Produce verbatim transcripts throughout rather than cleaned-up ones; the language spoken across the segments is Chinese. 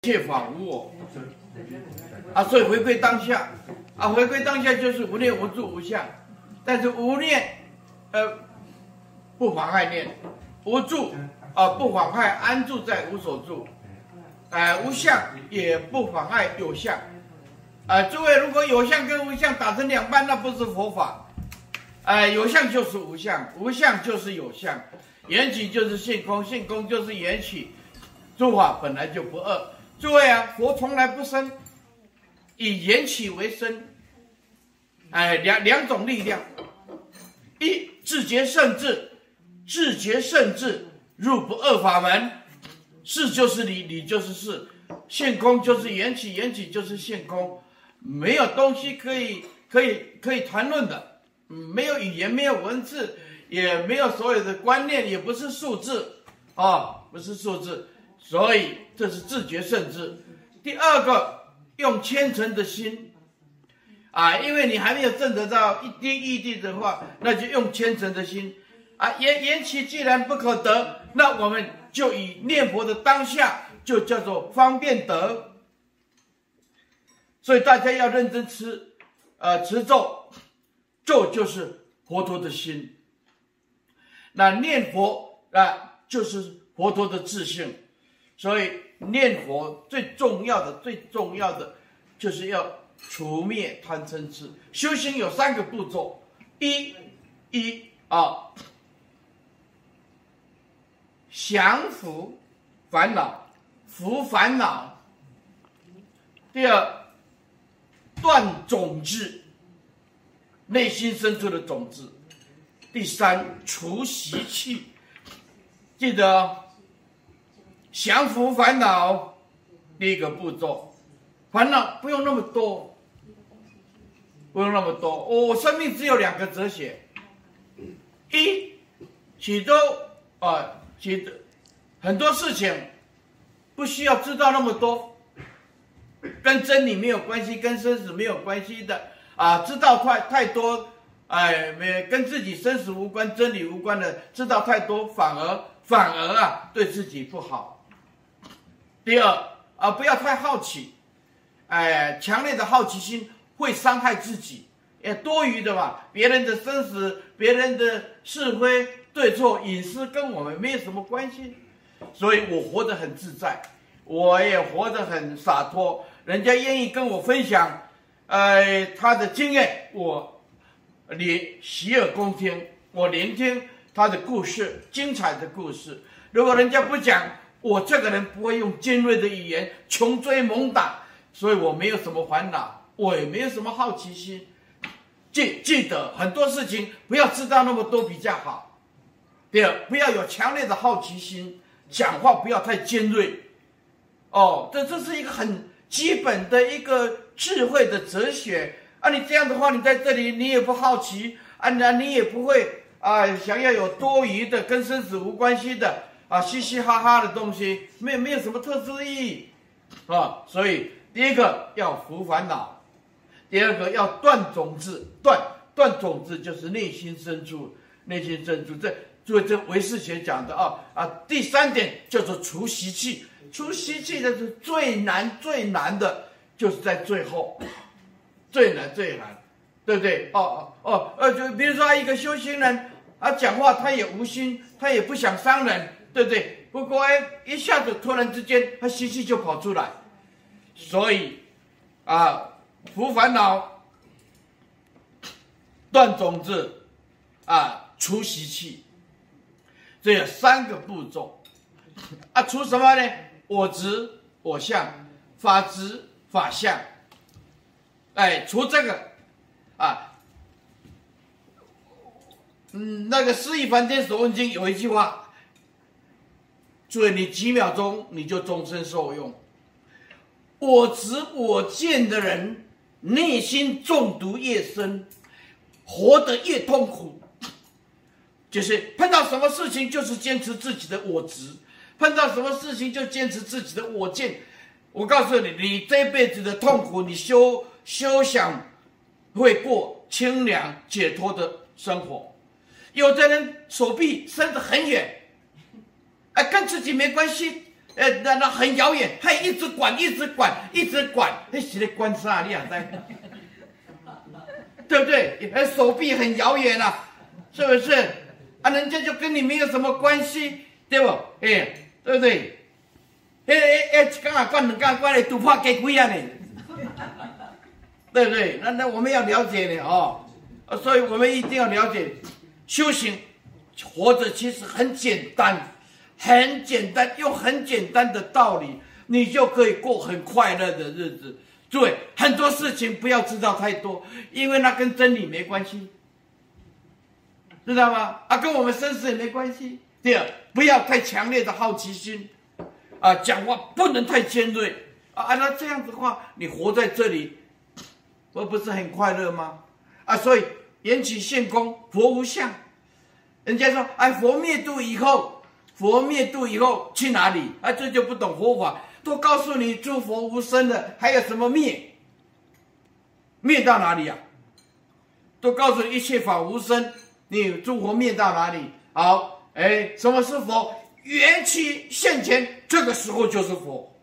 一切法无我啊，所以回归当下啊，回归当下就是无念无住无相，但是无念呃不妨害念，无住啊不妨害安住在无所住，哎、呃、无相也不妨碍有相，啊、呃、诸位如果有相跟无相打成两半，那不是佛法，哎、呃、有相就是无相，无相就是有相，缘起就是性空，性空就是缘起，诸法本来就不二。诸位啊，佛从来不生，以缘起为生，哎，两两种力量，一自觉圣智，自觉圣智入不二法门，是就是理，理就是事，性空就是缘起，缘起就是性空，没有东西可以可以可以谈论的，没有语言，没有文字，也没有所有的观念，也不是数字啊、哦，不是数字。所以这是自觉圣智。第二个，用虔诚的心啊，因为你还没有证得到一滴一滴的话，那就用虔诚的心啊。缘缘起既然不可得，那我们就以念佛的当下，就叫做方便得。所以大家要认真持，呃，持咒，咒就是佛陀的心，那念佛啊，就是佛陀的自性。所以念佛最重要的、最重要的，就是要除灭贪嗔痴。修行有三个步骤：一，一啊，降伏烦恼，伏烦恼；第二，断种子，内心深处的种子；第三，除习气。记得哦。降伏烦恼，第一个步骤，烦恼不用那么多，不用那么多。我、哦、生命只有两个哲学：一，许多啊，许多很多事情不需要知道那么多，跟真理没有关系，跟生死没有关系的啊，知道太太多，哎，没跟自己生死无关、真理无关的，知道太多，反而反而啊，对自己不好。第二啊，不要太好奇，哎，强烈的好奇心会伤害自己，也多余的嘛。别人的生死、别人的是非对错、隐私跟我们没有什么关系，所以我活得很自在，我也活得很洒脱。人家愿意跟我分享，呃，他的经验，我聆洗耳恭听，我聆听他的故事，精彩的故事。如果人家不讲，我这个人不会用尖锐的语言穷追猛打，所以我没有什么烦恼，我也没有什么好奇心。记记得很多事情不要知道那么多比较好。第二，不要有强烈的好奇心，讲话不要太尖锐。哦，这这是一个很基本的一个智慧的哲学啊！你这样的话，你在这里你也不好奇啊，那你也不会啊想要有多余的跟生死无关系的。啊，嘻嘻哈哈的东西，没有没有什么特殊意义，啊，所以第一个要伏烦恼，第二个要断种子，断断种子就是内心深处，内心深处，这作为这唯识学讲的啊啊，第三点叫做除习气，除习气的是最难最难的，就是在最后，最难最难，对不对？哦哦哦，呃，就比如说一个修行人啊，讲话他也无心，他也不想伤人。对不对？不过哎，一下子突然之间，他习气就跑出来，所以啊，伏烦恼、断种子啊，除习气，这有三个步骤啊。除什么呢？我执、我相、法执、法相。哎，除这个啊，嗯，那个《释义梵天所问经》有一句话。所以你几秒钟你就终身受用。我执我见的人，内心中毒越深，活得越痛苦。就是碰到什么事情就是坚持自己的我执，碰到什么事情就坚持自己的我见。我告诉你，你这辈子的痛苦，你休休想会过清凉解脱的生活。有的人手臂伸得很远。哎，跟自己没关系， 呃，那那很遥远，还一直管，一直管，一直管，那是在管啥？你想在？对不对？手臂很遥远啊，是不是？啊，人家就跟你没有什么关系，对不？哎，对不对？哎哎哎，刚刚管两刚管的突破给鬼啊呢？对不对？那那我们要了解呢哦，所以我们一定要了解修行，活着其实很简单，很简单，用很简单的道理，你就可以过很快乐的日子。诸位，很多事情不要知道太多，因为那跟真理没关系，知道吗？啊，跟我们生死也没关系。第二，不要太强烈的好奇心，啊，讲话不能太尖锐啊。那这样子的话，你活在这里，我不是很快乐吗？啊，所以缘起现空，佛无相。人家说，哎，佛灭度以后，佛灭度以后去哪里？啊，这就不懂佛法。都告诉你诸佛无生的，还有什么灭？灭到哪里啊？都告诉你一切法无生，你诸佛灭到哪里？好，哎，什么是佛？缘起现前，这个时候就是佛，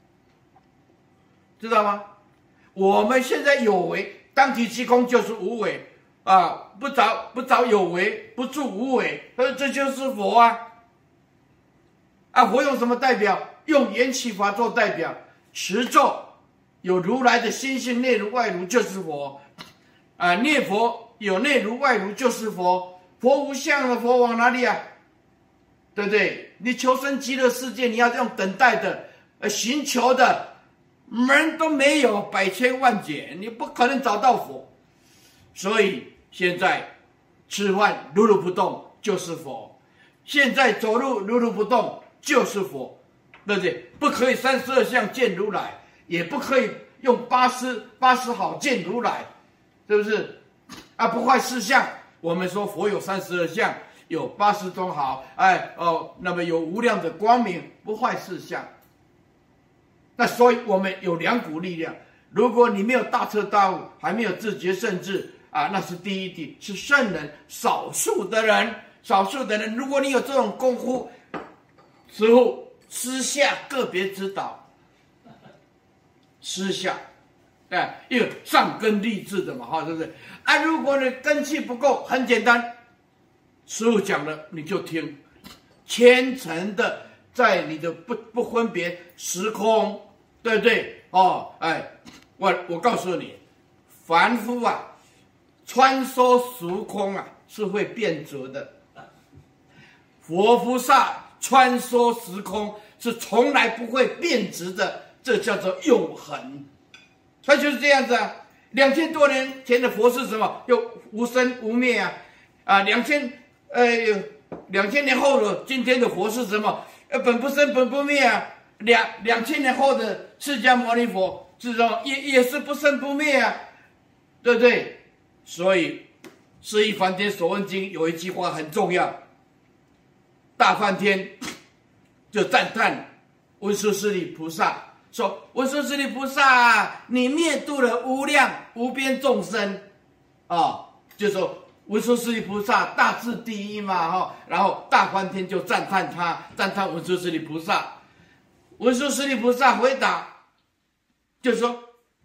知道吗？我们现在有为，当体即空就是无为啊，不着不着有为，不住无为，呃，这就是佛啊。啊，佛用什么代表？用缘起法做代表，持咒有如来的心性，内如外如就是佛啊。念佛有内如外如就是佛。佛无相的佛往哪里啊？对不对？你求生极乐世界，你要用等待的、呃寻求的，门都没有，百千万劫，你不可能找到佛。所以现在吃饭如如不动就是佛，现在走路如如不动就是佛。对不对？不可以三十二相见如来，也不可以用八十八十好见如来，是不是？啊，不坏四相。我们说佛有三十二相，有八十种好，哎哦，那么有无量的光明，不坏四相。那所以我们有两股力量。如果你没有大彻大悟，还没有自觉圣智啊，那是第一地，是圣人，少数的人，少数的人。如果你有这种功夫，师父。私下个别指导，私下，哎，因为上根立志的嘛，哈，对不对？啊，如果你根气不够，很简单，师父讲了你就听，虔诚的在你的不不分别时空，对不对？哦，哎，我我告诉你，凡夫啊，穿梭时空啊是会变质的，佛菩萨。穿梭时空是从来不会变质的，这叫做永恒。它就是这样子啊。两千多年前的佛是什么？又无生无灭啊！啊，两千呃两千年后的今天的佛是什么？呃，本不生本不灭啊！两两千年后的释迦牟尼佛是什么？也也是不生不灭啊，对不对？所以《释义梵天所问经》有一句话很重要。大梵天就赞叹文殊师利菩萨说：“文殊师利菩萨，你灭度了无量无边众生，啊、哦，就说文殊师利菩萨大智第一嘛，哈、哦。然后大梵天就赞叹他，赞叹文殊师利菩萨。文殊师利菩萨回答，就说：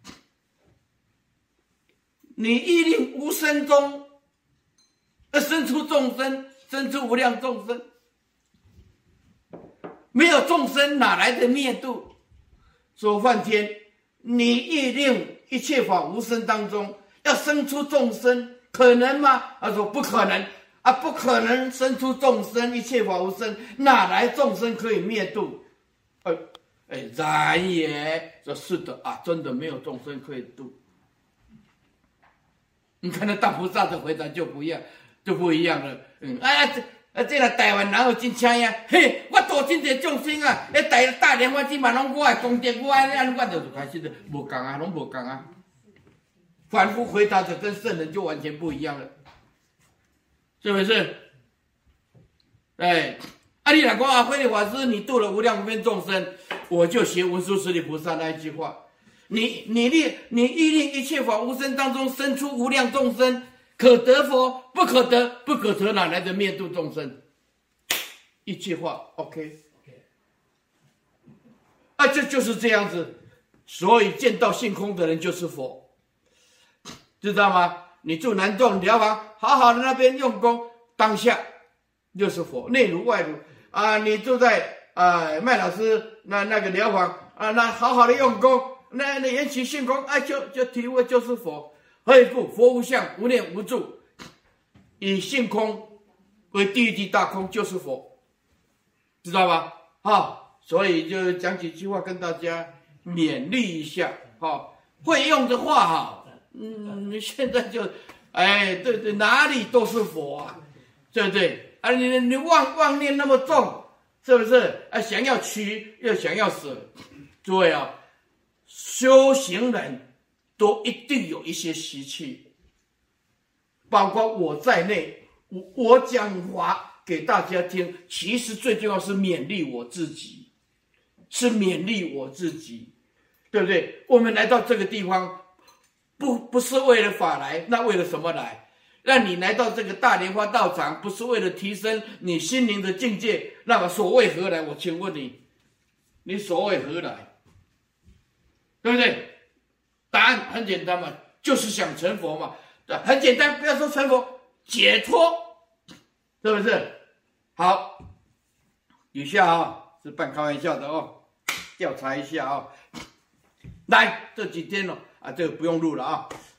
你一令无生中，而生出众生，生出无量众生。”没有众生哪来的灭度？说梵天，你意令一切法无生当中要生出众生，可能吗？他说不可能啊，不可能生出众生，一切法无生，哪来众生可以灭度？哎哎，然也，说是的啊，真的没有众生可以度。你看那大菩萨的回答就不一样，就不一样了。嗯，哎呀这。啊，这个台湾人有真请呀！嘿，我度真侪众生啊！迄大大莲花金嘛，拢我的功德，我安安我就开始了，无共啊，拢无共啊。凡夫回答的跟圣人就完全不一样了，是不是？哎，啊，你若讲啊，慧理法师，你度了无量无边众生，我就学文殊师利菩萨那一句话：你你令你意令一切法无生当中生出无量众生。可得佛，不可得，不可得，哪来的灭度众生？一句话 ，OK。 这就是这样子。所以见到性空的人就是佛，知道吗？你住南洞疗房，好好的那边用功，当下就是佛，内如外如啊。你住在啊麦老师那那个疗房啊，那好好的用功，那那缘起性空，哎、啊，就就体悟就是佛。何以故？佛无相，无念无住，以性空为第一地大空，就是佛，知道吧？好，所以就讲几句话跟大家勉励一下，好，会用的话哈，嗯，现在就，哎，对对，哪里都是佛啊，对不对？啊，你你妄妄念那么重，是不是？啊，想要取又想要舍，诸位啊，修行人都一定有一些习气，包括我在内，我我讲话给大家听，其实最重要是勉励我自己。是勉励我自己，对不对？我们来到这个地方，不不是为了法来，那为了什么来？让你来到这个大莲花道场，不是为了提升你心灵的境界，那么所谓何来？我请问你，你所谓何来？对不对？答案很简单嘛，就是想成佛嘛，很简单，不要说成佛，解脱，是不是？好，以下啊是半开玩笑的哦。调查一下啊、哦，来这几天哦啊，这个不用录了啊。